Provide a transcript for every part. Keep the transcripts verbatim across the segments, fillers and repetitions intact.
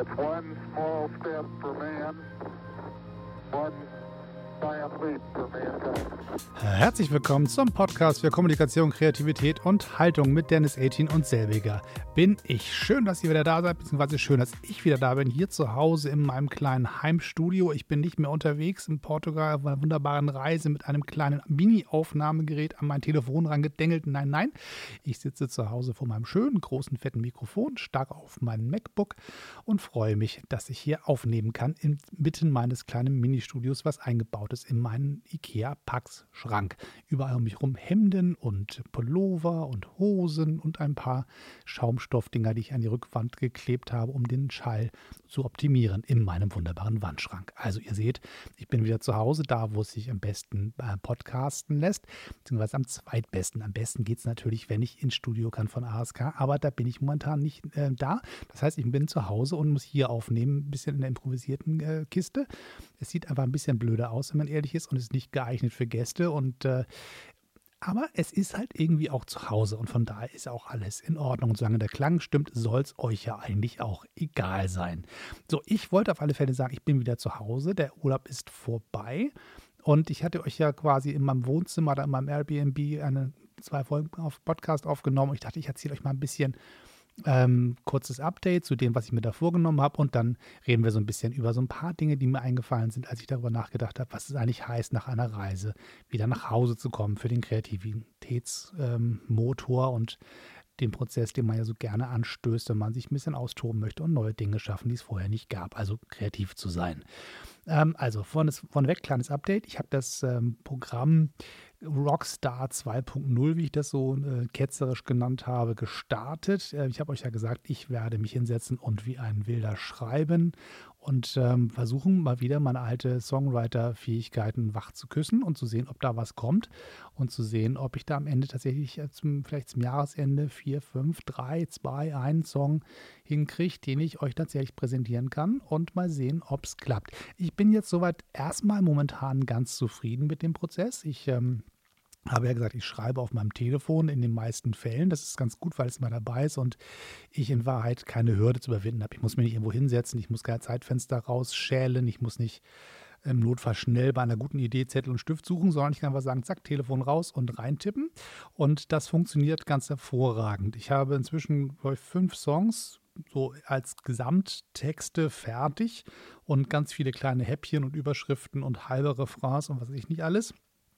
That's one small step for man, one giant leap for mankind. Herzlich willkommen zum Podcast für Kommunikation, Kreativität und Haltung mit Dennis Aitin und selbiger bin ich. Schön, dass ihr wieder da seid, beziehungsweise schön, dass ich wieder da bin, hier zu Hause in meinem kleinen Heimstudio. Ich bin nicht mehr unterwegs in Portugal auf einer wunderbaren Reise mit einem kleinen Mini-Aufnahmegerät an mein Telefon rangedengelt. Nein, nein, ich sitze zu Hause vor meinem schönen, großen, fetten Mikrofon, stark auf meinem MacBook und freue mich, dass ich hier aufnehmen kann inmitten meines kleinen Mini-Studios, was eingebaut ist in meinen IKEA-Pax-Schrank. Überall um mich rum Hemden und Pullover und Hosen und ein paar Schaumstoffdinger, die ich an die Rückwand geklebt habe, um den Schall zu optimieren in meinem wunderbaren Wandschrank. Also ihr seht, ich bin wieder zu Hause, da wo es sich am besten äh, podcasten lässt, beziehungsweise am zweitbesten. Am besten geht es natürlich, wenn ich ins Studio kann von A S K, aber da bin ich momentan nicht äh, da. Das heißt, ich bin zu Hause und muss hier aufnehmen, ein bisschen in der improvisierten äh, Kiste. Es sieht einfach ein bisschen blöder aus, wenn man ehrlich ist, und ist nicht geeignet für Gäste und äh, aber es ist halt irgendwie auch zu Hause und von daher ist auch alles in Ordnung. Und solange der Klang stimmt, soll es euch ja eigentlich auch egal sein. So, ich wollte auf alle Fälle sagen, ich bin wieder zu Hause. Der Urlaub ist vorbei und ich hatte euch ja quasi in meinem Wohnzimmer oder in meinem Airbnb eine, zwei Folgen auf Podcast aufgenommen. Und ich dachte, ich erzähle euch mal ein bisschen Ähm, kurzes Update zu dem, was ich mir da vorgenommen habe, und dann reden wir so ein bisschen über so ein paar Dinge, die mir eingefallen sind, als ich darüber nachgedacht habe, was es eigentlich heißt, nach einer Reise wieder nach Hause zu kommen für den Kreativitätsmotor ähm, und den Prozess, den man ja so gerne anstößt, wenn man sich ein bisschen austoben möchte und neue Dinge schaffen, die es vorher nicht gab, also kreativ zu sein. Ähm, also vorne, vorneweg, kleines Update. Ich habe das ähm, Programm Rockstar zwei Punkt null, wie ich das so äh, ketzerisch genannt habe, gestartet. Äh, ich habe euch ja gesagt, ich werde mich hinsetzen und wie ein Wilder schreiben und ähm, versuchen, mal wieder meine alte Songwriter-Fähigkeiten wach zu küssen und zu sehen, ob da was kommt und zu sehen, ob ich da am Ende tatsächlich äh, zum, vielleicht zum Jahresende vier, fünf, drei, zwei, einen Song hinkriege, den ich euch tatsächlich präsentieren kann, und mal sehen, ob es klappt. Ich bin jetzt soweit erstmal momentan ganz zufrieden mit dem Prozess. Ich ähm, habe ja gesagt, ich schreibe auf meinem Telefon in den meisten Fällen. Das ist ganz gut, weil es immer dabei ist und ich in Wahrheit keine Hürde zu überwinden habe. Ich muss mich nicht irgendwo hinsetzen, ich muss kein Zeitfenster rausschälen, ich muss nicht im Notfall schnell bei einer guten Idee Zettel und Stift suchen, sondern ich kann einfach sagen, zack, Telefon raus und reintippen. Und das funktioniert ganz hervorragend. Ich habe inzwischen, glaube ich, fünf Songs so als Gesamttexte fertig und ganz viele kleine Häppchen und Überschriften und halbe Refrains und was weiß ich nicht alles.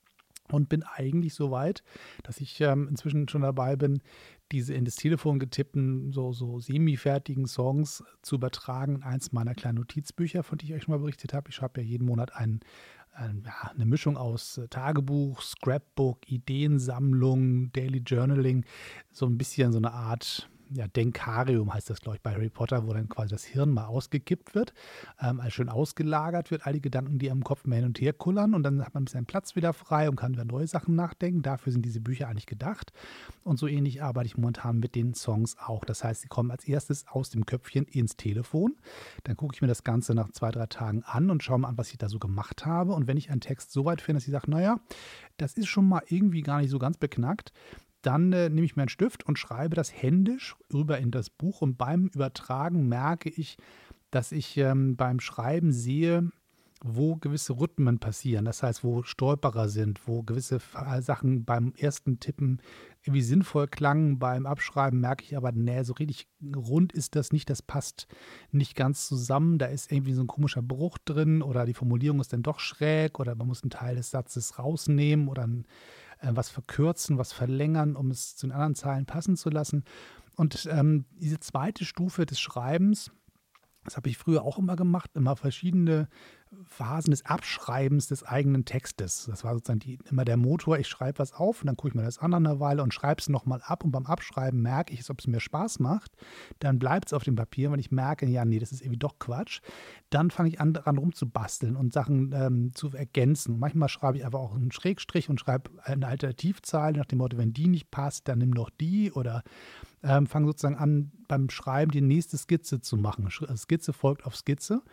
Und bin eigentlich so weit, dass ich ähm, inzwischen schon dabei bin, diese in das Telefon getippten, so, so semi-fertigen Songs zu übertragen in eins meiner kleinen Notizbücher, von denen ich euch schon mal berichtet habe. Ich schreibe ja jeden Monat ein, ein, ja, eine Mischung aus äh, Tagebuch, Scrapbook, Ideensammlung, Daily Journaling, so ein bisschen so eine Art ja, Denkarium heißt das, glaube ich, bei Harry Potter, wo dann quasi das Hirn mal ausgekippt wird, ähm, also schön ausgelagert wird, all die Gedanken, die am Kopf mal hin und her kullern, und dann hat man ein bisschen Platz wieder frei und kann über neue Sachen nachdenken. Dafür sind diese Bücher eigentlich gedacht, und so ähnlich arbeite ich momentan mit den Songs auch. Das heißt, sie kommen als erstes aus dem Köpfchen ins Telefon, dann gucke ich mir das Ganze nach zwei, drei Tagen an und schaue mal an, was ich da so gemacht habe, und wenn ich einen Text so weit finde, dass ich sage, naja, das ist schon mal irgendwie gar nicht so ganz beknackt, dann äh, nehme ich mir einen Stift und schreibe das händisch rüber in das Buch. Und beim Übertragen merke ich, dass ich ähm, beim Schreiben sehe, wo gewisse Rhythmen passieren. Das heißt, wo Stolperer sind, wo gewisse Sachen beim ersten Tippen irgendwie sinnvoll klangen. Beim Abschreiben merke ich aber, nee, so richtig rund ist das nicht. Das passt nicht ganz zusammen. Da ist irgendwie so ein komischer Bruch drin, oder die Formulierung ist dann doch schräg, oder man muss einen Teil des Satzes rausnehmen oder ein was verkürzen, was verlängern, um es zu den anderen Zeilen passen zu lassen. Und ähm, diese zweite Stufe des Schreibens, das habe ich früher auch immer gemacht, immer verschiedene Phasen des Abschreibens des eigenen Textes. Das war sozusagen die, immer der Motor. Ich schreibe was auf und dann gucke ich mir das an eine Weile und schreibe es nochmal ab. Und beim Abschreiben merke ich, ob es mir Spaß macht. Dann bleibt es auf dem Papier. Wenn ich merke, ja, nee, das ist irgendwie doch Quatsch, dann fange ich an, daran rumzubasteln und Sachen ähm, zu ergänzen. Manchmal schreibe ich einfach auch einen Schrägstrich und schreibe eine Alternativzahl nach dem Motto, wenn die nicht passt, dann nimm noch die, oder ähm, fange sozusagen an, beim Schreiben die nächste Skizze zu machen. Skizze folgt auf Skizze.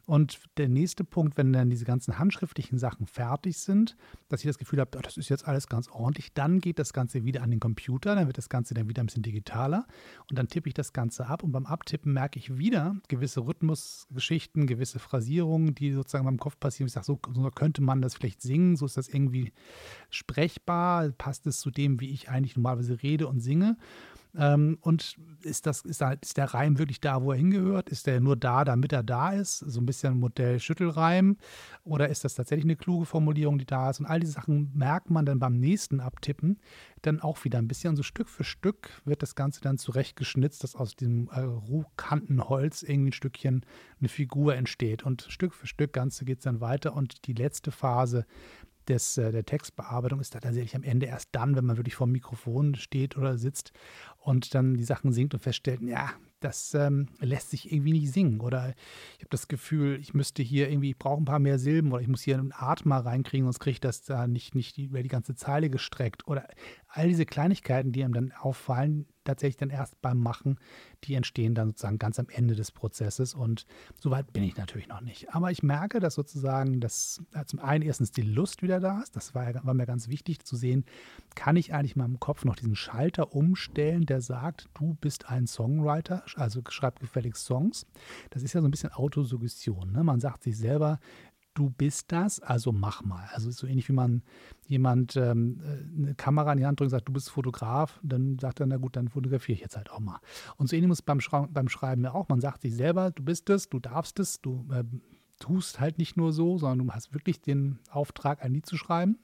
Und der nächste Punkt, wenn dann diese ganzen handschriftlichen Sachen fertig sind, dass ich das Gefühl habe, oh, das ist jetzt alles ganz ordentlich, dann geht das Ganze wieder an den Computer, dann wird das Ganze dann wieder ein bisschen digitaler und dann tippe ich das Ganze ab und beim Abtippen merke ich wieder gewisse Rhythmusgeschichten, gewisse Phrasierungen, die sozusagen in meinem Kopf passieren. Ich sage, so, so könnte man das vielleicht singen, so ist das irgendwie sprechbar, passt es zu dem, wie ich eigentlich normalerweise rede und singe. Ähm, und ist, das, ist, da, ist der Reim wirklich da, wo er hingehört? Ist der nur da, damit er da ist? So ein bisschen Modell Schüttelreim? Oder ist das tatsächlich eine kluge Formulierung, die da ist? Und all diese Sachen merkt man dann beim nächsten Abtippen dann auch wieder ein bisschen. Und so Stück für Stück wird das Ganze dann zurechtgeschnitzt, dass aus diesem äh, Rohkantenholz irgendwie ein Stückchen eine Figur entsteht. Und Stück für Stück Ganze geht es dann weiter. Und die letzte Phase Des, der Textbearbeitung ist da tatsächlich am Ende erst dann, wenn man wirklich vor dem Mikrofon steht oder sitzt und dann die Sachen singt und feststellt, ja, das ähm, lässt sich irgendwie nicht singen oder ich habe das Gefühl, ich müsste hier irgendwie, ich brauche ein paar mehr Silben oder ich muss hier einen Atmen mal reinkriegen, sonst kriege ich das da nicht, nicht über die ganze Zeile gestreckt oder all diese Kleinigkeiten, die einem dann auffallen, tatsächlich dann erst beim Machen, die entstehen dann sozusagen ganz am Ende des Prozesses und so weit bin ich natürlich noch nicht. Aber ich merke, dass sozusagen, dass zum einen erstens die Lust wieder da ist, das war, war mir ganz wichtig zu sehen, kann ich eigentlich in meinem Kopf noch diesen Schalter umstellen, der sagt, du bist ein Songwriter, also schreib gefälligst Songs. Das ist ja so ein bisschen Autosuggestion, ne? Man sagt sich selber, du bist das, also mach mal. Also so ähnlich wie man jemand ähm, eine Kamera in die Hand drückt und sagt, du bist Fotograf, dann sagt er, na gut, dann fotografiere ich jetzt halt auch mal. Und so ähnlich muss es beim, Schra- beim Schreiben ja auch. Man sagt sich selber, du bist es, du darfst es, du äh, tust halt nicht nur so, sondern du hast wirklich den Auftrag, ein Lied zu schreiben.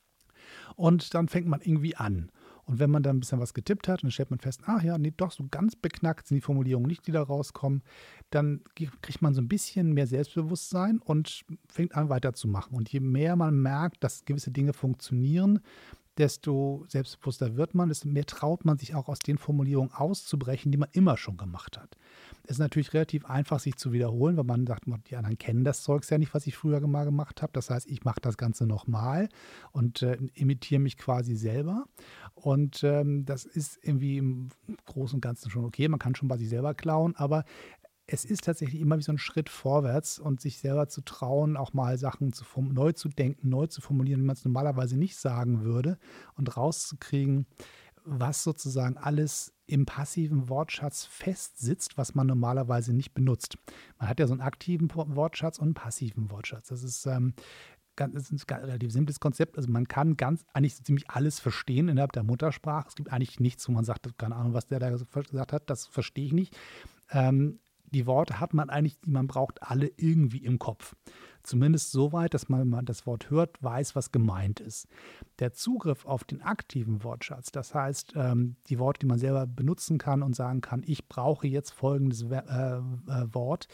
Und dann fängt man irgendwie an. Und wenn man dann ein bisschen was getippt hat, dann stellt man fest, ach ja, nee, doch, so ganz beknackt sind die Formulierungen nicht, die da rauskommen, dann kriegt man so ein bisschen mehr Selbstbewusstsein und fängt an weiterzumachen. Und je mehr man merkt, dass gewisse Dinge funktionieren, desto selbstbewusster wird man, desto mehr traut man sich auch aus den Formulierungen auszubrechen, die man immer schon gemacht hat. Es ist natürlich relativ einfach, sich zu wiederholen, weil man sagt, die anderen kennen das Zeugs ja nicht, was ich früher mal gemacht habe. Das heißt, ich mache das Ganze nochmal und äh, imitiere mich quasi selber. Und ähm, das ist irgendwie im Großen und Ganzen schon okay. Man kann schon bei sich selber klauen, aber es ist tatsächlich immer wie so ein Schritt vorwärts und sich selber zu trauen, auch mal Sachen zu form- neu zu denken, neu zu formulieren, wie man es normalerweise nicht sagen würde und rauszukriegen, was sozusagen alles im passiven Wortschatz festsitzt, was man normalerweise nicht benutzt. Man hat ja so einen aktiven Wortschatz und einen passiven Wortschatz. Das ist ähm, ganz, das ist ein relativ simples Konzept. Also man kann ganz eigentlich so ziemlich alles verstehen innerhalb der Muttersprache. Es gibt eigentlich nichts, wo man sagt, keine Ahnung, was der da gesagt hat, das verstehe ich nicht. Ähm, Die Worte hat man eigentlich, die man braucht, alle irgendwie im Kopf. Zumindest so weit, dass man, wenn man das Wort hört, weiß, was gemeint ist. Der Zugriff auf den aktiven Wortschatz, das heißt, ähm, die Worte, die man selber benutzen kann und sagen kann, ich brauche jetzt folgendes äh, äh, Wort,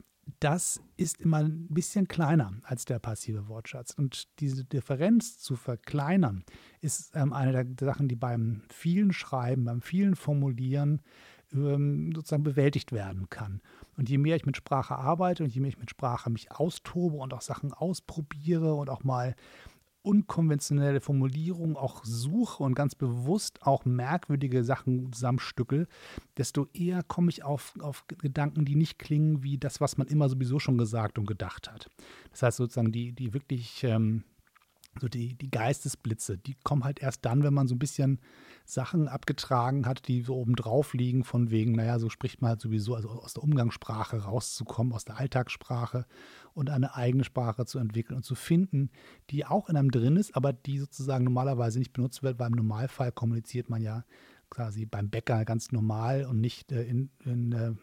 das ist immer ein bisschen kleiner als der passive Wortschatz. Und diese Differenz zu verkleinern, ist ähm, eine der Sachen, die beim vielen Schreiben, beim vielen Formulieren sozusagen bewältigt werden kann. Und je mehr ich mit Sprache arbeite und je mehr ich mit Sprache mich austobe und auch Sachen ausprobiere und auch mal unkonventionelle Formulierungen auch suche und ganz bewusst auch merkwürdige Sachen zusammenstückel, desto eher komme ich auf, auf Gedanken, die nicht klingen wie das, was man immer sowieso schon gesagt und gedacht hat. Das heißt sozusagen, die, die wirklich ähm, so die, die Geistesblitze, die kommen halt erst dann, wenn man so ein bisschen Sachen abgetragen hat, die so oben drauf liegen, von wegen, naja, so spricht man halt sowieso, also aus der Umgangssprache rauszukommen, aus der Alltagssprache und eine eigene Sprache zu entwickeln und zu finden, die auch in einem drin ist, aber die sozusagen normalerweise nicht benutzt wird, weil im Normalfall kommuniziert man ja quasi beim Bäcker ganz normal und nicht äh, in, in äh,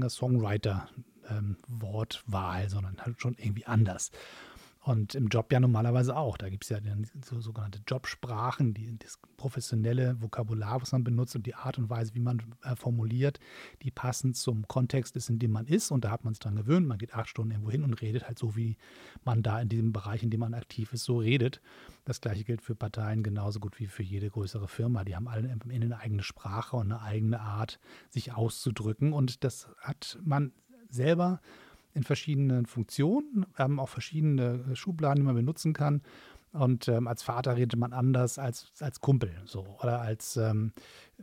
Singer-Songwriter-Wortwahl, ähm, sondern halt schon irgendwie anders. Und im Job ja normalerweise auch. Da gibt es ja dann so sogenannte Jobsprachen, die, das professionelle Vokabular, was man benutzt und die Art und Weise, wie man äh, formuliert, die passend zum Kontext ist, in dem man ist. Und da hat man sich dran gewöhnt. Man geht acht Stunden irgendwo hin und redet halt so, wie man da in diesem Bereich, in dem man aktiv ist, so redet. Das Gleiche gilt für Parteien genauso gut wie für jede größere Firma. Die haben alle am Ende eine eigene Sprache und eine eigene Art, sich auszudrücken. Und das hat man selber in verschiedenen Funktionen, ähm, auch verschiedene Schubladen, die man benutzen kann. Und ähm, als Vater redet man anders als als Kumpel, so, oder als ähm,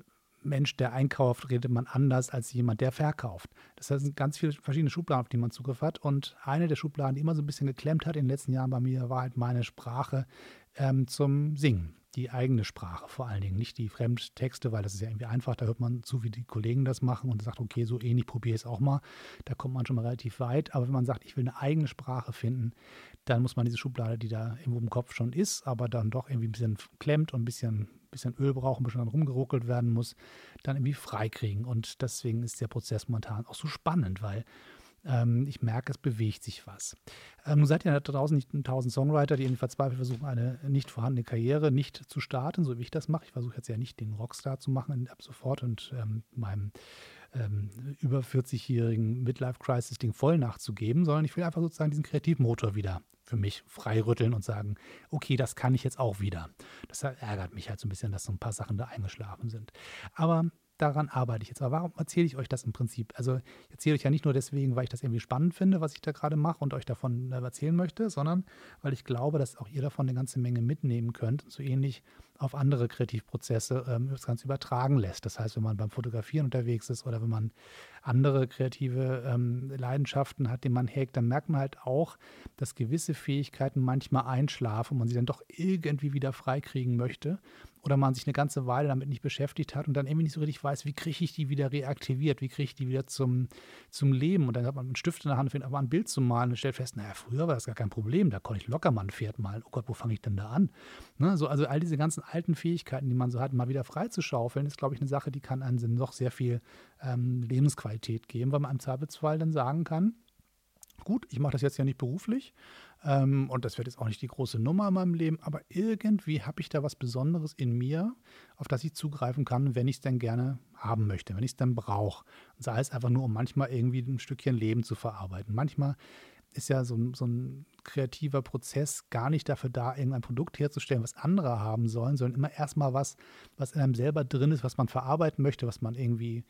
Mensch, der einkauft, redet man anders als jemand, der verkauft. Das heißt, es sind ganz viele verschiedene Schubladen, auf die man Zugriff hat. Und eine der Schubladen, die immer so ein bisschen geklemmt hat in den letzten Jahren bei mir, war halt meine Sprache ähm, zum Singen. Die eigene Sprache vor allen Dingen, nicht die Fremdtexte, weil das ist ja irgendwie einfach, da hört man zu, wie die Kollegen das machen und sagt, okay, so ähnlich probiere ich es auch mal. Da kommt man schon mal relativ weit. Aber wenn man sagt, ich will eine eigene Sprache finden, dann muss man diese Schublade, die da irgendwo im Kopf schon ist, aber dann doch irgendwie ein bisschen klemmt und ein bisschen, bisschen Öl braucht, ein bisschen dann rumgeruckelt werden muss, dann irgendwie freikriegen. Und deswegen ist der Prozess momentan auch so spannend, weil ähm, ich merke, es bewegt sich was. Ähm, nun seid ihr da draußen nicht tausend Songwriter, die irgendwie verzweifelt versuchen, eine nicht vorhandene Karriere nicht zu starten, so wie ich das mache. Ich versuche jetzt ja nicht den Rockstar zu machen ab sofort und ähm, meinem ähm, über vierzig-jährigen Midlife-Crisis-Ding voll nachzugeben, sondern ich will einfach sozusagen diesen Kreativmotor wieder für mich freirütteln und sagen, okay, das kann ich jetzt auch wieder. Das ärgert mich halt so ein bisschen, dass so ein paar Sachen da eingeschlafen sind. Aber daran arbeite ich jetzt. Aber warum erzähle ich euch das im Prinzip? Also ich erzähle euch ja nicht nur deswegen, weil ich das irgendwie spannend finde, was ich da gerade mache und euch davon erzählen möchte, sondern weil ich glaube, dass auch ihr davon eine ganze Menge mitnehmen könnt und so ähnlich auf andere Kreativprozesse ähm, das Ganze übertragen lässt. Das heißt, wenn man beim Fotografieren unterwegs ist oder wenn man andere kreative ähm, Leidenschaften hat, die man hegt, dann merkt man halt auch, dass gewisse Fähigkeiten manchmal einschlafen und man sie dann doch irgendwie wieder freikriegen möchte oder man sich eine ganze Weile damit nicht beschäftigt hat und dann irgendwie nicht so richtig weiß, wie kriege ich die wieder reaktiviert, wie kriege ich die wieder zum, zum Leben. Und dann hat man einen Stift in der Hand, fängt aber ein Bild zu malen und stellt fest, naja, früher war das gar kein Problem, da konnte ich locker mal ein Pferd malen. Oh Gott, wo fange ich denn da an? Ne, so, also all diese ganzen alten Fähigkeiten, die man so hat, mal wieder freizuschaufeln, ist, glaube ich, eine Sache, die kann einem noch sehr viel ähm, Lebensqualität geben, weil man im Zweifelsfall dann sagen kann, gut, ich mache das jetzt ja nicht beruflich ähm, und das wird jetzt auch nicht die große Nummer in meinem Leben, aber irgendwie habe ich da was Besonderes in mir, auf das ich zugreifen kann, wenn ich es denn gerne haben möchte, wenn ich es dann brauche. Sei es einfach nur, um manchmal irgendwie ein Stückchen Leben zu verarbeiten. Manchmal ist ja so, so ein kreativer Prozess gar nicht dafür da, irgendein Produkt herzustellen, was andere haben sollen, sondern immer erstmal was, was in einem selber drin ist, was man verarbeiten möchte, was man irgendwie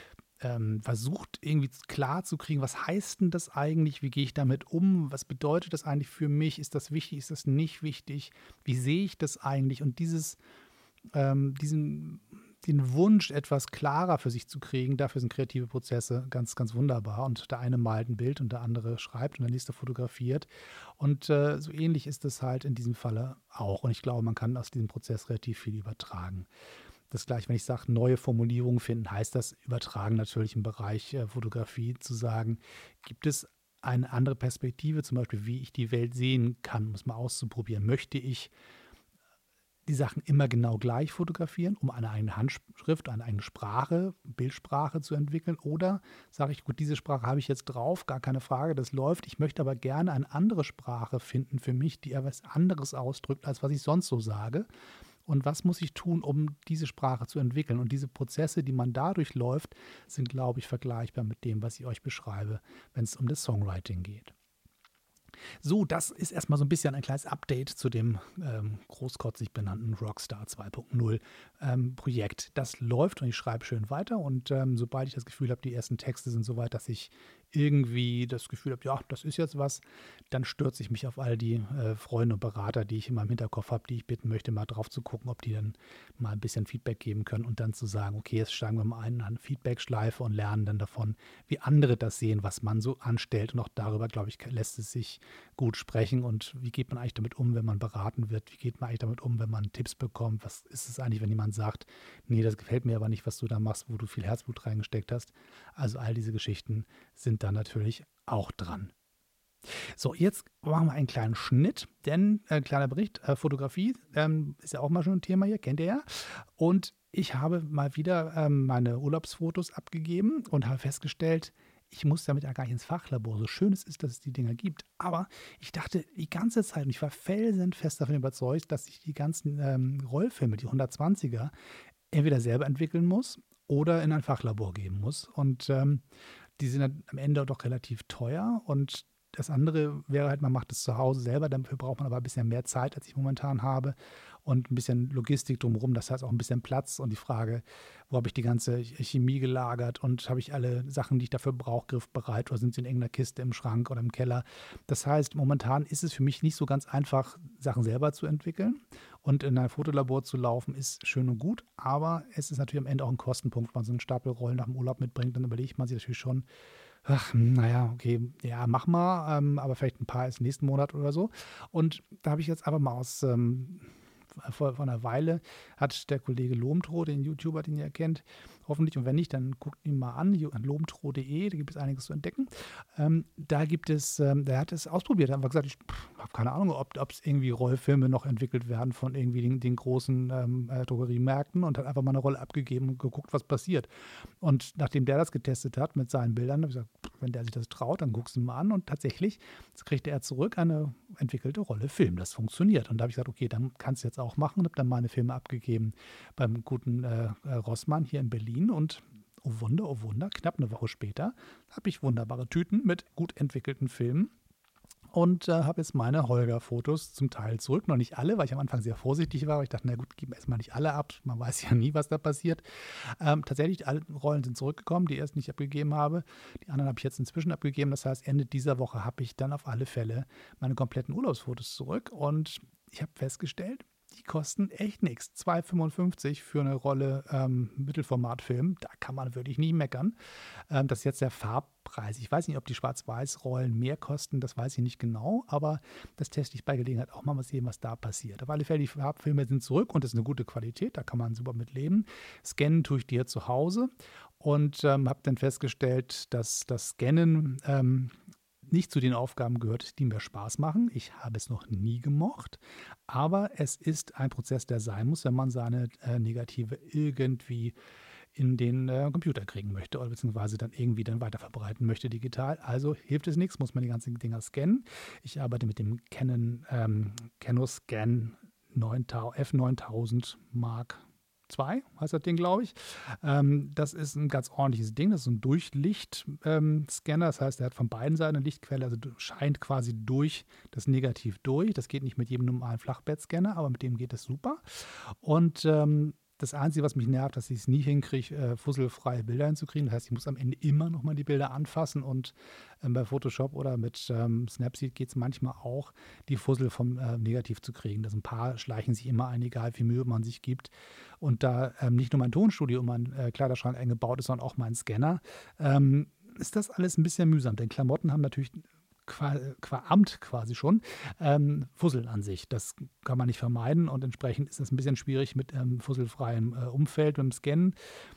ähm, versucht irgendwie klar zu kriegen, was heißt denn das eigentlich, wie gehe ich damit um, was bedeutet das eigentlich für mich, ist das wichtig, ist das nicht wichtig, wie sehe ich das eigentlich und dieses, ähm, diesen, den Wunsch, etwas klarer für sich zu kriegen, dafür sind kreative Prozesse ganz, ganz wunderbar und der eine malt ein Bild und der andere schreibt und der nächste fotografiert und äh, so ähnlich ist es halt in diesem Falle auch und ich glaube, man kann aus diesem Prozess relativ viel übertragen. Das gleiche, wenn ich sage, neue Formulierungen finden, heißt das übertragen natürlich im Bereich äh, Fotografie zu sagen, gibt es eine andere Perspektive, zum Beispiel, wie ich die Welt sehen kann, um es mal auszuprobieren. Möchte ich die Sachen immer genau gleich fotografieren, um eine eigene Handschrift, eine eigene Sprache, Bildsprache zu entwickeln? Oder sage ich, gut, diese Sprache habe ich jetzt drauf, gar keine Frage, das läuft. Ich möchte aber gerne eine andere Sprache finden für mich, die etwas anderes ausdrückt, als was ich sonst so sage. Und was muss ich tun, um diese Sprache zu entwickeln? Und diese Prozesse, die man dadurch läuft, sind, glaube ich, vergleichbar mit dem, was ich euch beschreibe, wenn es um das Songwriting geht. So, das ist erstmal so ein bisschen ein kleines Update zu dem ähm, großkotzig benannten Rockstar zwei Punkt null ähm, Projekt. Das läuft und ich schreibe schön weiter und ähm, sobald ich das Gefühl habe, die ersten Texte sind so weit, dass ich irgendwie das Gefühl habe, ja, das ist jetzt was, dann stürze ich mich auf all die äh, Freunde und Berater, die ich in meinem Hinterkopf habe, die ich bitten möchte, mal drauf zu gucken, ob die dann mal ein bisschen Feedback geben können und dann zu sagen, okay, jetzt steigen wir mal ein an Feedback-Schleife und lernen dann davon, wie andere das sehen, was man so anstellt. Und auch darüber, glaube ich, lässt es sich gut sprechen. Und wie geht man eigentlich damit um, wenn man beraten wird? Wie geht man eigentlich damit um, wenn man Tipps bekommt? Was ist es eigentlich, wenn jemand sagt, nee, das gefällt mir aber nicht, was du da machst, wo du viel Herzblut reingesteckt hast? Also all diese Geschichten sind da natürlich auch dran. So, jetzt machen wir einen kleinen Schnitt, denn äh, kleiner Bericht, äh, Fotografie ähm, ist ja auch mal schon ein Thema hier, kennt ihr ja. Und ich habe mal wieder ähm, meine Urlaubsfotos abgegeben und habe festgestellt, ich muss damit ja gar nicht ins Fachlabor, so schön es ist, dass es die Dinger gibt. Aber ich dachte die ganze Zeit, und ich war felsenfest davon überzeugt, dass ich die ganzen ähm, Rollfilme, die hundertzwanziger, entweder selber entwickeln muss oder in ein Fachlabor geben muss. Und ähm, die sind dann am Ende doch relativ teuer und das andere wäre halt, man macht es zu Hause selber, dafür braucht man aber ein bisschen mehr Zeit, als ich momentan habe. und ein bisschen Logistik drumherum. Das heißt auch ein bisschen Platz und die Frage, wo habe ich die ganze Chemie gelagert und habe ich alle Sachen, die ich dafür brauche, griffbereit oder sind sie in irgendeiner Kiste im Schrank oder im Keller. Das heißt, momentan ist es für mich nicht so ganz einfach, Sachen selber zu entwickeln. Und in ein Fotolabor zu laufen, ist schön und gut, aber es ist natürlich am Ende auch ein Kostenpunkt. Wenn man so einen Stapel Rollen nach dem Urlaub mitbringt, dann überlegt man sich natürlich schon, ach, naja, okay, ja, mach mal, ähm, aber vielleicht ein paar erst nächsten Monat oder so. Und da habe ich jetzt einfach mal aus, ähm, vor, vor einer Weile hat der Kollege Lomtro, den YouTuber, den ihr kennt, hoffentlich, und wenn nicht, dann guckt ihn mal an, an lomtro punkt de, da gibt es einiges zu entdecken. Ähm, da gibt es, ähm, der hat es ausprobiert, hat einfach gesagt, ich habe keine Ahnung, ob es irgendwie Rollfilme noch entwickelt werden von irgendwie den, den großen ähm, äh, Drogeriemärkten und hat einfach mal eine Rolle abgegeben und geguckt, was passiert. Und nachdem der das getestet hat mit seinen Bildern, habe ich gesagt, wenn der sich das traut, dann guckst du ihn mal an. Und tatsächlich kriegte er zurück eine entwickelte Rolle Film. Das funktioniert. Und da habe ich gesagt, okay, dann kannst du jetzt auch machen. Und habe dann meine Filme abgegeben beim guten äh, Rossmann hier in Berlin. Und oh Wunder, oh Wunder, knapp eine Woche später habe ich wunderbare Tüten mit gut entwickelten Filmen. Und äh, habe jetzt meine Holger-Fotos zum Teil zurück. Noch nicht alle, weil ich am Anfang sehr vorsichtig war. Aber ich dachte, na gut, geben wir erstmal nicht alle ab. Man weiß ja nie, was da passiert. Ähm, tatsächlich, die alten Rollen sind zurückgekommen, die erst nicht abgegeben habe. Die anderen habe ich jetzt inzwischen abgegeben. Das heißt, Ende dieser Woche habe ich dann auf alle Fälle meine kompletten Urlaubsfotos zurück. Und ich habe festgestellt, die kosten echt nichts. zwei fünfundfünfzig für eine Rolle ähm, Mittelformatfilm. Da kann man wirklich nie meckern. Ähm, das ist jetzt der Farbpreis. Ich weiß nicht, ob die Schwarz-Weiß-Rollen mehr kosten. Das weiß ich nicht genau. Aber das teste ich bei Gelegenheit auch mal. Mal sehen, was da passiert. Auf alle Fälle, die Farbfilme sind zurück und das ist eine gute Qualität. Da kann man super mit leben. Scannen tue ich dir zu Hause und ähm, habe dann festgestellt, dass das Scannen ähm, nicht zu den Aufgaben gehört, die mir Spaß machen. Ich habe es noch nie gemocht, aber es ist ein Prozess, der sein muss, wenn man seine äh, Negative irgendwie in den äh, Computer kriegen möchte oder beziehungsweise dann irgendwie dann weiterverbreiten möchte digital. Also hilft es nichts, muss man die ganzen Dinger scannen. Ich arbeite mit dem Canon ähm, Canoscan F neuntausend Mark zwei, heißt das Ding, glaube ich. Ähm, das ist ein ganz ordentliches Ding. Das ist ein Durchlichtscanner. Ähm, das heißt, er hat von beiden Seiten eine Lichtquelle, also scheint quasi durch das Negativ durch. Das geht nicht mit jedem normalen Flachbettscanner, aber mit dem geht es super. Und ähm, das Einzige, was mich nervt, dass ich es nie hinkriege, äh, fusselfreie Bilder hinzukriegen. Das heißt, ich muss am Ende immer noch mal die Bilder anfassen und ähm, bei Photoshop oder mit ähm, Snapseed geht es manchmal auch, die Fussel vom äh, Negativ zu kriegen. Das ein paar schleichen sich immer ein, egal wie Mühe man sich gibt. Und da ähm, nicht nur mein Tonstudio und mein äh, Kleiderschrank eingebaut ist, sondern auch mein Scanner, ähm, ist das alles ein bisschen mühsam. Denn Klamotten haben natürlich qua, qua Amt quasi schon ähm, Fusseln an sich. Das kann man nicht vermeiden und entsprechend ist es ein bisschen schwierig mit ähm, fusselfreiem äh, Umfeld beim Scannen.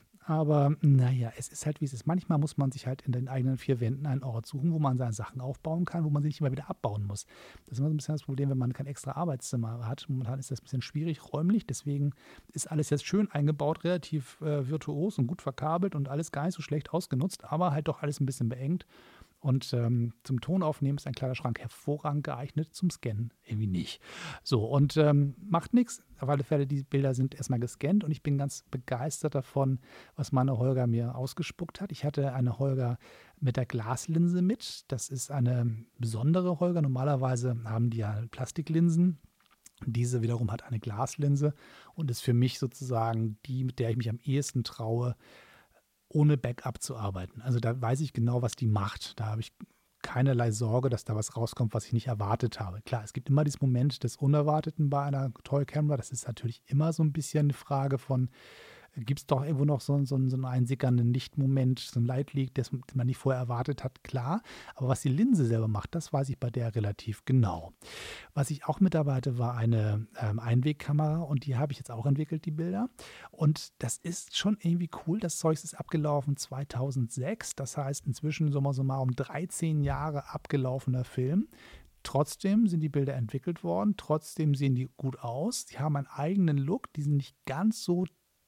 Aber naja, es ist halt, wie es ist. Manchmal muss man sich halt in den eigenen vier Wänden einen Ort suchen, wo man seine Sachen aufbauen kann, wo man sie nicht immer wieder abbauen muss. Das ist immer so ein bisschen das Problem, wenn man kein extra Arbeitszimmer hat. Momentan ist das ein bisschen schwierig räumlich. Deswegen ist alles jetzt schön eingebaut, relativ äh, virtuos und gut verkabelt und alles gar nicht so schlecht ausgenutzt, aber halt doch alles ein bisschen beengt. Und ähm, zum Tonaufnehmen ist ein Kleiderschrank hervorragend geeignet, zum Scannen irgendwie nicht. So, und ähm, macht nichts. Auf alle Fälle, die Bilder sind erstmal gescannt und ich bin ganz begeistert davon, was meine Holger mir ausgespuckt hat. Ich hatte eine Holger mit der Glaslinse mit. Das ist eine besondere Holger. Normalerweise haben die ja Plastiklinsen. Diese wiederum hat eine Glaslinse und ist für mich sozusagen die, mit der ich mich am ehesten traue, ohne Backup zu arbeiten. Also da weiß ich genau, was die macht. Da habe ich keinerlei Sorge, dass da was rauskommt, was ich nicht erwartet habe. Klar, es gibt immer diesen Moment des Unerwarteten bei einer Toy Camera. Das ist natürlich immer so ein bisschen eine Frage von, gibt es doch irgendwo noch so, so, so einen einsickernden Lichtmoment, so ein Lightleak, das man nicht vorher erwartet hat, klar. Aber was die Linse selber macht, das weiß ich bei der relativ genau. Was ich auch mit dabei hatte, war eine ähm, Einwegkamera und die habe ich jetzt auch entwickelt, die Bilder. Und das ist schon irgendwie cool. Das Zeug ist abgelaufen zweitausendsechs. Das heißt inzwischen summa summarum dreizehn Jahre abgelaufener Film. Trotzdem sind die Bilder entwickelt worden. Trotzdem sehen die gut aus. Sie haben einen eigenen Look. Die sind nicht ganz so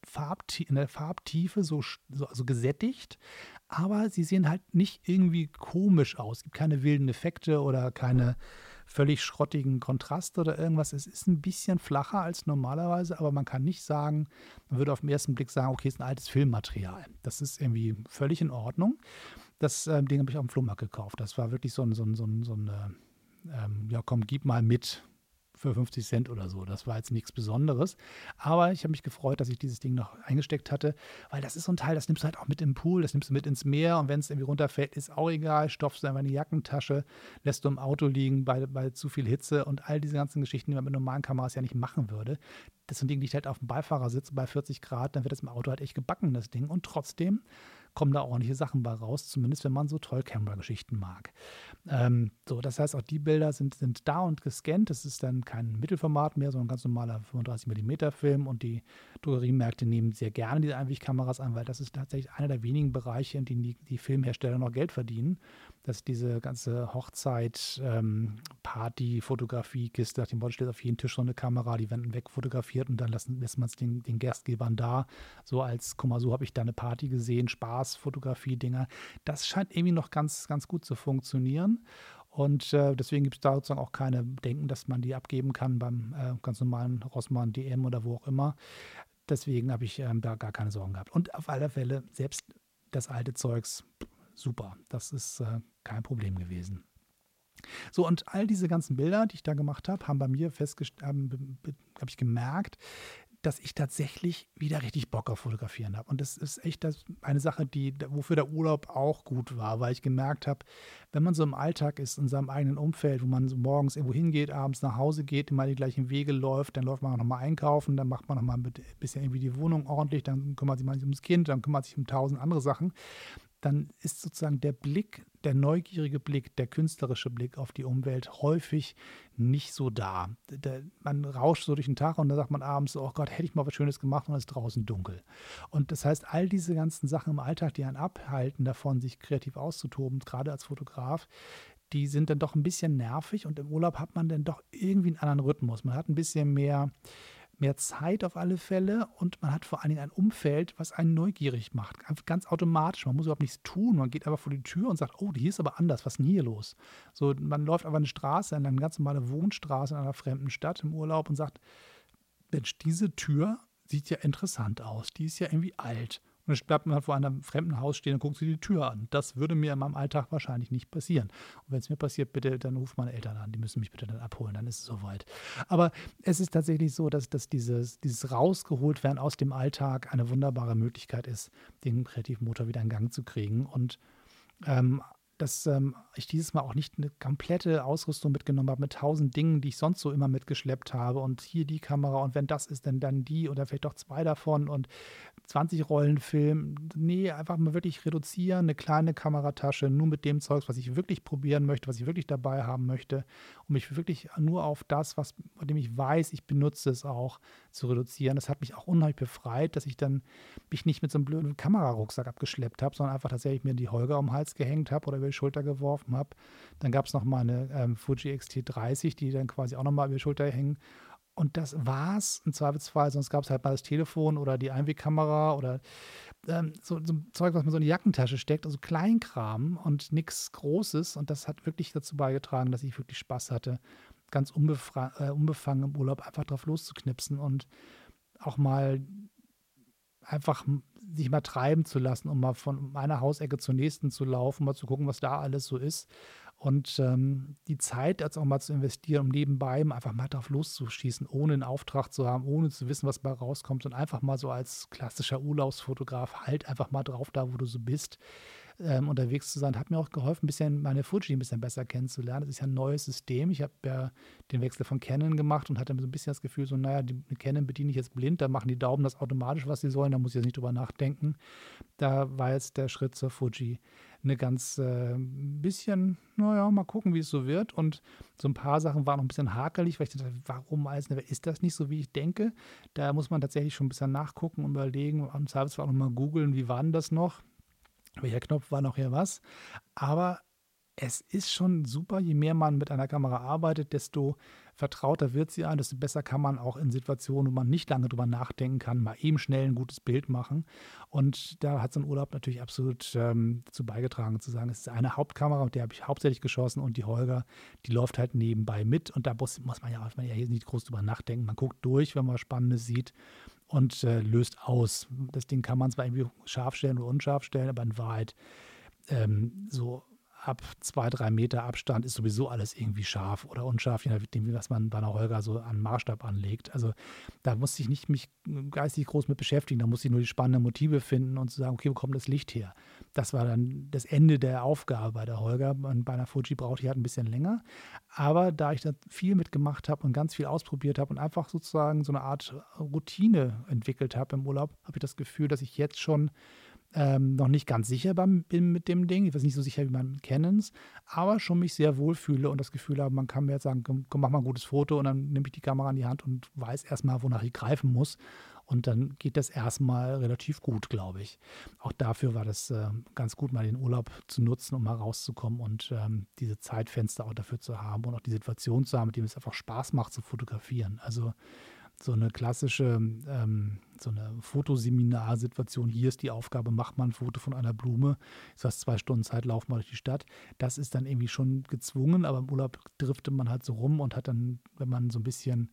in der Farbtiefe so, so also gesättigt, aber sie sehen halt nicht irgendwie komisch aus. Es gibt keine wilden Effekte oder keine völlig schrottigen Kontraste oder irgendwas. Es ist ein bisschen flacher als normalerweise, aber man kann nicht sagen, man würde auf den ersten Blick sagen, okay, es ist ein altes Filmmaterial. Das ist irgendwie völlig in Ordnung. Das äh, Ding habe ich auf dem Flohmarkt gekauft. Das war wirklich so ein, so ein, so ein, so ein äh, ähm, ja komm, gib mal mit für fünfzig Cent oder so. Das war jetzt nichts Besonderes. Aber ich habe mich gefreut, dass ich dieses Ding noch eingesteckt hatte, weil das ist so ein Teil, das nimmst du halt auch mit im Pool, das nimmst du mit ins Meer und wenn es irgendwie runterfällt, ist auch egal, stopfst du einfach in die Jackentasche, lässt du im Auto liegen bei, bei zu viel Hitze und all diese ganzen Geschichten, die man mit normalen Kameras ja nicht machen würde. Das ist so ein Ding, liegt halt auf dem Beifahrersitz bei vierzig Grad, dann wird das im Auto halt echt gebacken, das Ding. Und trotzdem kommen da ordentliche Sachen bei raus, zumindest wenn man so Toll-Camera-Geschichten mag. Ähm, so, das heißt, auch die Bilder sind, sind da und gescannt. Das ist dann kein Mittelformat mehr, sondern ein ganz normaler fünfunddreißig Millimeter Film. Und die Drogeriemärkte nehmen sehr gerne diese Einwegkameras an, weil das ist tatsächlich einer der wenigen Bereiche, in denen die, die Filmhersteller noch Geld verdienen. Dass diese ganze Hochzeit, ähm, Party, Fotografie-Kiste, nach dem Motto steht auf jeden Tisch so eine Kamera, die werden wegfotografiert und dann lassen, lässt man es den, den Gastgebern da, so als, guck mal, so habe ich da eine Party gesehen, Spaß, Fotografie-Dinger. Das scheint irgendwie noch ganz, ganz gut zu funktionieren. Und äh, deswegen gibt es da sozusagen auch keine Bedenken, dass man die abgeben kann beim äh, ganz normalen Rossmann, D M oder wo auch immer. Deswegen habe ich ähm, da gar keine Sorgen gehabt. Und auf alle Fälle, selbst das alte Zeugs, super. Das ist äh, kein Problem gewesen. So, und all diese ganzen Bilder, die ich da gemacht habe, haben bei mir festgestellt, habe ich gemerkt, dass ich tatsächlich wieder richtig Bock auf Fotografieren habe. Und das ist echt das, eine Sache, die, wofür der Urlaub auch gut war, weil ich gemerkt habe, wenn man so im Alltag ist, in seinem eigenen Umfeld, wo man so morgens irgendwo hingeht, abends nach Hause geht, immer die gleichen Wege läuft, dann läuft man auch nochmal einkaufen, dann macht man nochmal ein bisschen irgendwie die Wohnung ordentlich, dann kümmert sich man sich ums Kind, dann kümmert sich um tausend andere Sachen. Dann ist sozusagen der Blick, der neugierige Blick, der künstlerische Blick auf die Umwelt häufig nicht so da. Der, man rauscht so durch den Tag und dann sagt man abends so, oh Gott, hätte ich mal was Schönes gemacht und es ist draußen dunkel. Und das heißt, all diese ganzen Sachen im Alltag, die einen abhalten davon, sich kreativ auszutoben, gerade als Fotograf, die sind dann doch ein bisschen nervig und im Urlaub hat man dann doch irgendwie einen anderen Rhythmus. Man hat ein bisschen mehr... mehr Zeit auf alle Fälle und man hat vor allen Dingen ein Umfeld, was einen neugierig macht. Ganz automatisch. Man muss überhaupt nichts tun. Man geht einfach vor die Tür und sagt, oh, hier ist aber anders. Was ist denn hier los? So, man läuft einfach eine Straße, eine ganz normale Wohnstraße in einer fremden Stadt im Urlaub und sagt, Mensch, diese Tür sieht ja interessant aus. Die ist ja irgendwie alt. Und dann bleibt man vor einem fremden Haus stehen und guckt sich die Tür an. Das würde mir in meinem Alltag wahrscheinlich nicht passieren. Und wenn es mir passiert, bitte, dann ruft meine Eltern an. Die müssen mich bitte dann abholen, dann ist es soweit. Aber es ist tatsächlich so, dass, dass dieses, dieses Rausgeholtwerden aus dem Alltag eine wunderbare Möglichkeit ist, den Kreativmotor wieder in Gang zu kriegen. Und ähm, dass ähm, ich dieses Mal auch nicht eine komplette Ausrüstung mitgenommen habe mit tausend Dingen, die ich sonst so immer mitgeschleppt habe und hier die Kamera und wenn das ist, dann, dann die oder vielleicht doch zwei davon und zwanzig Rollen Film. Nee, einfach mal wirklich reduzieren, eine kleine Kameratasche, nur mit dem Zeugs, was ich wirklich probieren möchte, was ich wirklich dabei haben möchte, um mich wirklich nur auf das, was, von dem ich weiß, ich benutze es auch, zu reduzieren. Das hat mich auch unheimlich befreit, dass ich dann mich nicht mit so einem blöden Kamerarucksack abgeschleppt habe, sondern einfach tatsächlich mir die Holger um den Hals gehängt habe oder über die Schulter geworfen habe. Dann gab es noch mal eine ähm, Fuji X T dreißig, die dann quasi auch noch mal über die Schulter hängen. Und das war's im Zweifelsfall, sonst gab es halt mal das Telefon oder die Einwegkamera oder ähm, so, so ein Zeug, was man so in die Jackentasche steckt, also Kleinkram und nichts Großes. Und das hat wirklich dazu beigetragen, dass ich wirklich Spaß hatte, ganz unbefra- äh, unbefangen im Urlaub einfach drauf loszuknipsen und auch mal einfach sich mal treiben zu lassen, um mal von meiner Hausecke zur nächsten zu laufen, mal zu gucken, was da alles so ist. Und ähm, die Zeit jetzt auch mal zu investieren, um nebenbei einfach mal drauf loszuschießen, ohne einen Auftrag zu haben, ohne zu wissen, was bei rauskommt und einfach mal so als klassischer Urlaubsfotograf halt einfach mal drauf da, wo du so bist, ähm, unterwegs zu sein, hat mir auch geholfen, ein bisschen meine Fuji ein bisschen besser kennenzulernen. Das ist ja ein neues System. Ich habe ja den Wechsel von Canon gemacht und hatte so ein bisschen das Gefühl, so, naja, die Canon bediene ich jetzt blind, da machen die Daumen das automatisch, was sie sollen, da muss ich jetzt nicht drüber nachdenken. Da war jetzt der Schritt zur Fuji eine ganz äh, bisschen, naja, mal gucken, wie es so wird. Und so ein paar Sachen waren noch ein bisschen hakelig, weil ich dachte, warum alles ist das nicht so, wie ich denke? Da muss man tatsächlich schon ein bisschen nachgucken und überlegen, am Zweifelsfall auch nochmal googeln, wie war denn das noch? Welcher Knopf war noch hier was? Aber es ist schon super, je mehr man mit einer Kamera arbeitet, desto vertrauter wird sie ein, desto besser kann man auch in Situationen, wo man nicht lange drüber nachdenken kann, mal eben schnell ein gutes Bild machen. Und da hat so ein Urlaub natürlich absolut ähm, dazu beigetragen, zu sagen, es ist eine Hauptkamera, mit der habe ich hauptsächlich geschossen und die Holger, die läuft halt nebenbei mit. Und da muss, muss man ja muss man ja hier nicht groß drüber nachdenken. Man guckt durch, wenn man was Spannendes sieht und äh, löst aus. Das Ding kann man zwar irgendwie scharf stellen oder unscharf stellen, aber in Wahrheit ähm, so ab zwei, drei Meter Abstand ist sowieso alles irgendwie scharf oder unscharf, je nachdem, was man bei einer Holger so an Maßstab anlegt. Also da musste ich nicht mich geistig groß mit beschäftigen, da musste ich nur die spannenden Motive finden und zu sagen, okay, wo kommt das Licht her? Das war dann das Ende der Aufgabe bei der Holger. Bei einer Fuji brauchte ich halt ein bisschen länger. Aber da ich da viel mitgemacht habe und ganz viel ausprobiert habe und einfach sozusagen so eine Art Routine entwickelt habe im Urlaub, habe ich das Gefühl, dass ich jetzt schon ähm, noch nicht ganz sicher bin mit dem Ding. Ich weiß nicht so sicher wie man Canons, aber schon mich sehr wohlfühle und das Gefühl habe, man kann mir jetzt sagen, komm, komm, mach mal ein gutes Foto und dann nehme ich die Kamera in die Hand und weiß erstmal, wonach ich greifen muss. Und dann geht das erstmal relativ gut, glaube ich. Auch dafür war das äh, ganz gut, mal den Urlaub zu nutzen, um mal rauszukommen und ähm, diese Zeitfenster auch dafür zu haben und auch die Situation zu haben, mit dem es einfach Spaß macht zu fotografieren. Also so eine klassische, ähm, so eine Fotoseminarsituation. Hier ist die Aufgabe, macht man ein Foto von einer Blume. Du hast zwei Stunden Zeit, lauf mal durch die Stadt. Das ist dann irgendwie schon gezwungen, aber im Urlaub driftet man halt so rum und hat dann, wenn man so ein bisschen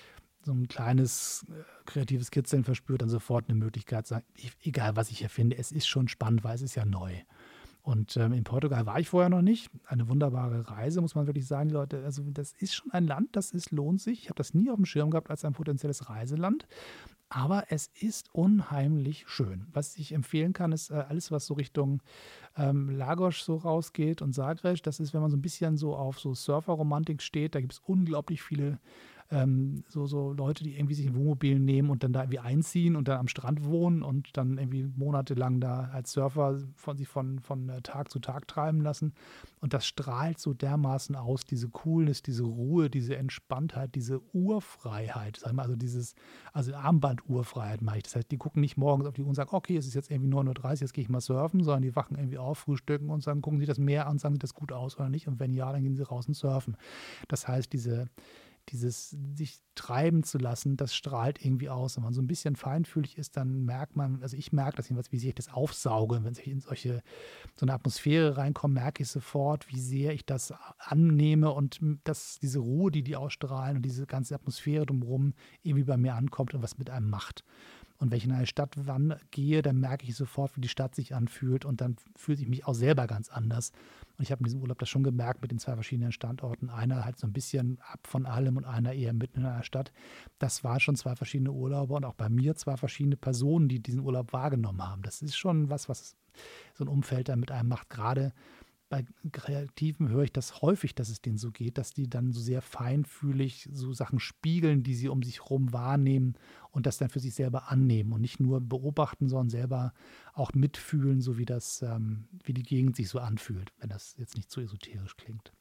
so ein kleines äh, kreatives Kitzeln verspürt, dann sofort eine Möglichkeit zu sagen, ich, egal was ich hier finde, es ist schon spannend, weil es ist ja neu. Und ähm, in Portugal war ich vorher noch nicht. Eine wunderbare Reise, muss man wirklich sagen, Leute. Also das ist schon ein Land, das ist, lohnt sich. Ich habe das nie auf dem Schirm gehabt als ein potenzielles Reiseland. Aber es ist unheimlich schön. Was ich empfehlen kann, ist äh, alles, was so Richtung ähm, Lagos so rausgeht und Zagreb. Das ist, wenn man so ein bisschen so auf so Surferromantik steht, da gibt es unglaublich viele ähm, so, so Leute, die irgendwie sich ein Wohnmobil nehmen und dann da irgendwie einziehen und dann am Strand wohnen und dann irgendwie monatelang da als Surfer von sich von, von Tag zu Tag treiben lassen. Und das strahlt so dermaßen aus, diese Coolness, diese Ruhe, diese Entspanntheit, diese Urfreiheit, sag mal, also dieses, also Armband-Urfreiheit mache ich. Das heißt, die gucken nicht morgens auf die Uhr und sagen, okay, es ist jetzt irgendwie neun Uhr dreißig, jetzt gehe ich mal surfen, sondern die wachen irgendwie auf, frühstücken und sagen, gucken sie das Meer an, sagen, sieht das gut aus oder nicht? Und wenn ja, dann gehen sie raus und surfen. Das heißt, diese Dieses sich treiben zu lassen, das strahlt irgendwie aus. Wenn man so ein bisschen feinfühlig ist, dann merkt man, also ich merke das jedenfalls, wie sehr ich das aufsauge. Wenn ich in solche, so eine Atmosphäre reinkomme, merke ich sofort, wie sehr ich das annehme und dass diese Ruhe, die die ausstrahlen und diese ganze Atmosphäre drumherum irgendwie bei mir ankommt und was mit einem macht. Und wenn ich in eine Stadt wann gehe, dann merke ich sofort, wie die Stadt sich anfühlt und dann fühle ich mich auch selber ganz anders. Und ich habe in diesem Urlaub das schon gemerkt mit den zwei verschiedenen Standorten. Einer halt so ein bisschen ab von allem und einer eher mitten in einer Stadt. Das waren schon zwei verschiedene Urlaube und auch bei mir zwei verschiedene Personen, die diesen Urlaub wahrgenommen haben. Das ist schon was, was so ein Umfeld da mit einem macht. Gerade bei Kreativen höre ich das häufig, dass es denen so geht, dass die dann so sehr feinfühlig so Sachen spiegeln, die sie um sich herum wahrnehmen und das dann für sich selber annehmen und nicht nur beobachten, sondern selber auch mitfühlen, so wie das, ähm, wie die Gegend sich so anfühlt, wenn das jetzt nicht zu esoterisch klingt.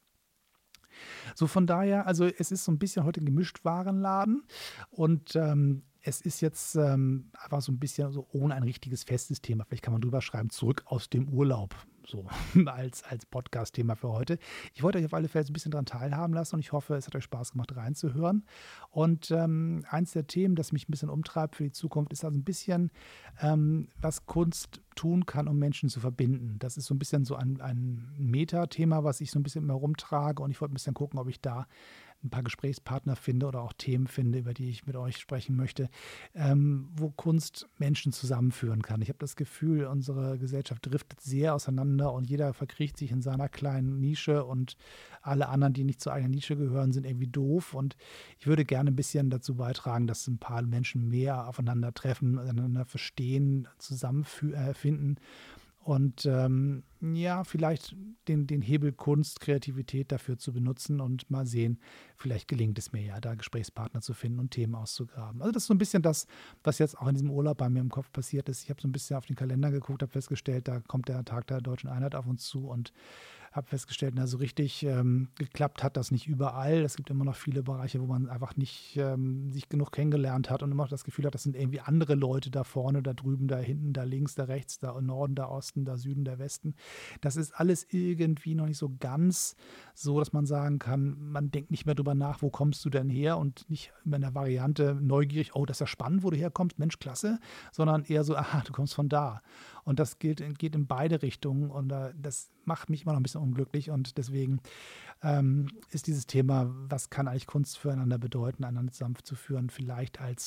So von daher, also es ist so ein bisschen heute ein Gemischtwarenladen und ähm, es ist jetzt ähm, einfach so ein bisschen so ohne ein richtiges festes Thema. Vielleicht kann man drüber schreiben, zurück aus dem Urlaub, so als, als Podcast-Thema für heute. Ich wollte euch auf alle Fälle so ein bisschen daran teilhaben lassen und ich hoffe, es hat euch Spaß gemacht, reinzuhören. Und ähm, eins der Themen, das mich ein bisschen umtreibt für die Zukunft, ist also ein bisschen, ähm, was Kunst tun kann, um Menschen zu verbinden. Das ist so ein bisschen so ein, ein Meta-Thema, was ich so ein bisschen immer rumtrage und ich wollte ein bisschen gucken, ob ich da ein paar Gesprächspartner finde oder auch Themen finde, über die ich mit euch sprechen möchte, ähm, wo Kunst Menschen zusammenführen kann. Ich habe das Gefühl, unsere Gesellschaft driftet sehr auseinander und jeder verkriecht sich in seiner kleinen Nische und alle anderen, die nicht zu einer Nische gehören, sind irgendwie doof und ich würde gerne ein bisschen dazu beitragen, dass ein paar Menschen mehr aufeinandertreffen, einander verstehen, zusammenfinden. Und ähm, ja, vielleicht den, den Hebel Kunst, Kreativität dafür zu benutzen und mal sehen, vielleicht gelingt es mir ja, da Gesprächspartner zu finden und Themen auszugraben. Also das ist so ein bisschen das, was jetzt auch in diesem Urlaub bei mir im Kopf passiert ist. Ich habe so ein bisschen auf den Kalender geguckt, habe festgestellt, da kommt der Tag der Deutschen Einheit auf uns zu und habe festgestellt, na, so richtig ähm, geklappt hat das nicht überall. Es gibt immer noch viele Bereiche, wo man einfach nicht ähm, sich genug kennengelernt hat und immer noch das Gefühl hat, das sind irgendwie andere Leute da vorne, da drüben, da hinten, da links, da rechts, da Norden, da Osten, da Süden, da Westen. Das ist alles irgendwie noch nicht so ganz so, dass man sagen kann, man denkt nicht mehr drüber nach, wo kommst du denn her und nicht in der Variante neugierig, oh, das ist ja spannend, wo du herkommst, Mensch, klasse, sondern eher so, aha, du kommst von da. Und das gilt, geht in beide Richtungen und äh, das macht mich immer noch ein bisschen unglücklich und deswegen ähm, ist dieses Thema, was kann eigentlich Kunst füreinander bedeuten, einander zusammenzuführen, vielleicht als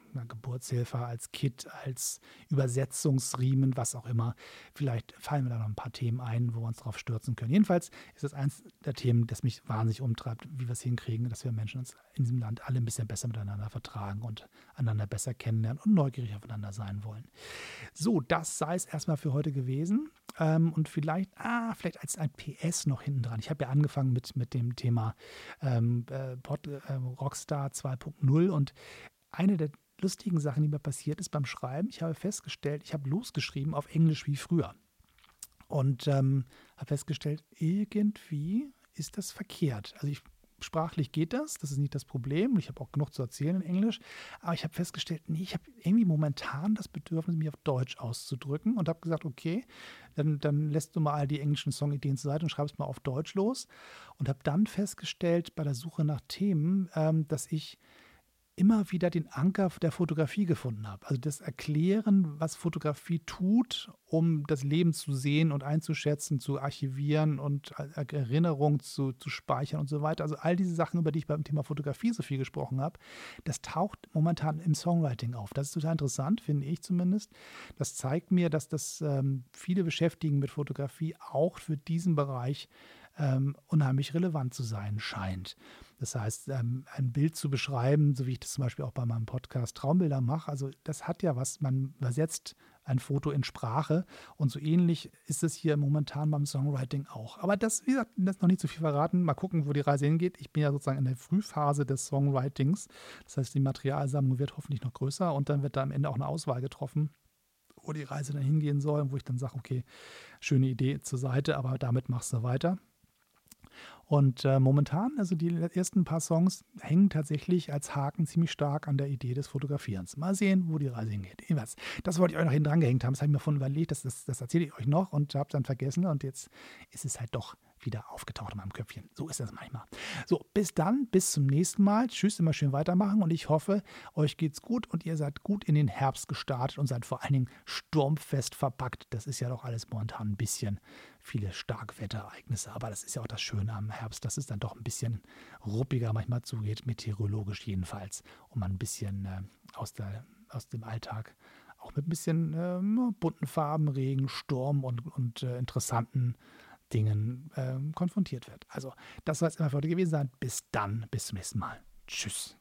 einer Geburtshilfe, als Kit, als Übersetzungsriemen, was auch immer. Vielleicht fallen mir da noch ein paar Themen ein, wo wir uns drauf stürzen können. Jedenfalls ist das eins der Themen, das mich wahnsinnig umtreibt, wie wir es hinkriegen, dass wir Menschen uns in diesem Land alle ein bisschen besser miteinander vertragen und einander besser kennenlernen und neugierig aufeinander sein wollen. So, das sei es erstmal für heute gewesen. Ähm, und vielleicht, ah, vielleicht als ein P S noch hinten dran. Ich habe ja angefangen mit, mit dem Thema ähm, äh, Pod, äh, Rockstar zwei Punkt null und eine der lustigen Sachen, die mir passiert ist beim Schreiben, ich habe festgestellt, ich habe losgeschrieben auf Englisch wie früher. Und ähm, habe festgestellt, irgendwie ist das verkehrt. Also ich sprachlich geht das, das ist nicht das Problem. Ich habe auch genug zu erzählen in Englisch. Aber ich habe festgestellt, nee, ich habe irgendwie momentan das Bedürfnis, mich auf Deutsch auszudrücken und habe gesagt, okay, dann, dann lässt du mal all die englischen Songideen zur Seite und schreibst mal auf Deutsch los. Und habe dann festgestellt bei der Suche nach Themen, ähm, dass ich immer wieder den Anker der Fotografie gefunden habe. Also das Erklären, was Fotografie tut, um das Leben zu sehen und einzuschätzen, zu archivieren und Erinnerungen zu, zu speichern und so weiter. Also all diese Sachen, über die ich beim Thema Fotografie so viel gesprochen habe, das taucht momentan im Songwriting auf. Das ist total interessant, finde ich zumindest. Das zeigt mir, dass das ähm, viele Beschäftigten mit Fotografie auch für diesen Bereich ähm, unheimlich relevant zu sein scheint. Das heißt, ähm, ein Bild zu beschreiben, so wie ich das zum Beispiel auch bei meinem Podcast Traumbilder mache, also das hat ja was, man übersetzt ein Foto in Sprache und so ähnlich ist es hier momentan beim Songwriting auch. Aber das, wie gesagt, das ist noch nicht zu viel verraten. Mal gucken, wo die Reise hingeht. Ich bin ja sozusagen in der Frühphase des Songwritings. Das heißt, die Materialsammlung wird hoffentlich noch größer und dann wird da am Ende auch eine Auswahl getroffen, wo die Reise dann hingehen soll und wo ich dann sage, okay, schöne Idee zur Seite, aber damit machst du weiter. Und äh, momentan, also die ersten paar Songs hängen tatsächlich als Haken ziemlich stark an der Idee des Fotografierens. Mal sehen, wo die Reise hingeht. Jedenfalls, das wollte ich euch noch hinten dran gehängt haben. Das habe ich mir vorhin überlegt, das, das, das erzähle ich euch noch und habe es dann vergessen. Und jetzt ist es halt doch wieder aufgetaucht in meinem Köpfchen. So ist das manchmal. So, bis dann, bis zum nächsten Mal. Tschüss, immer schön weitermachen und ich hoffe, euch geht's gut und ihr seid gut in den Herbst gestartet und seid vor allen Dingen sturmfest verpackt. Das ist ja doch alles momentan ein bisschen viele Starkwetterereignisse, aber das ist ja auch das Schöne am Herbst, dass es dann doch ein bisschen ruppiger manchmal zugeht, meteorologisch jedenfalls, und man ein bisschen äh, aus, der, aus dem Alltag auch mit ein bisschen äh, bunten Farben, Regen, Sturm und, und äh, interessanten Dingen äh, konfrontiert wird. Also, das soll es immer für heute gewesen sein. Bis dann, bis zum nächsten Mal. Tschüss.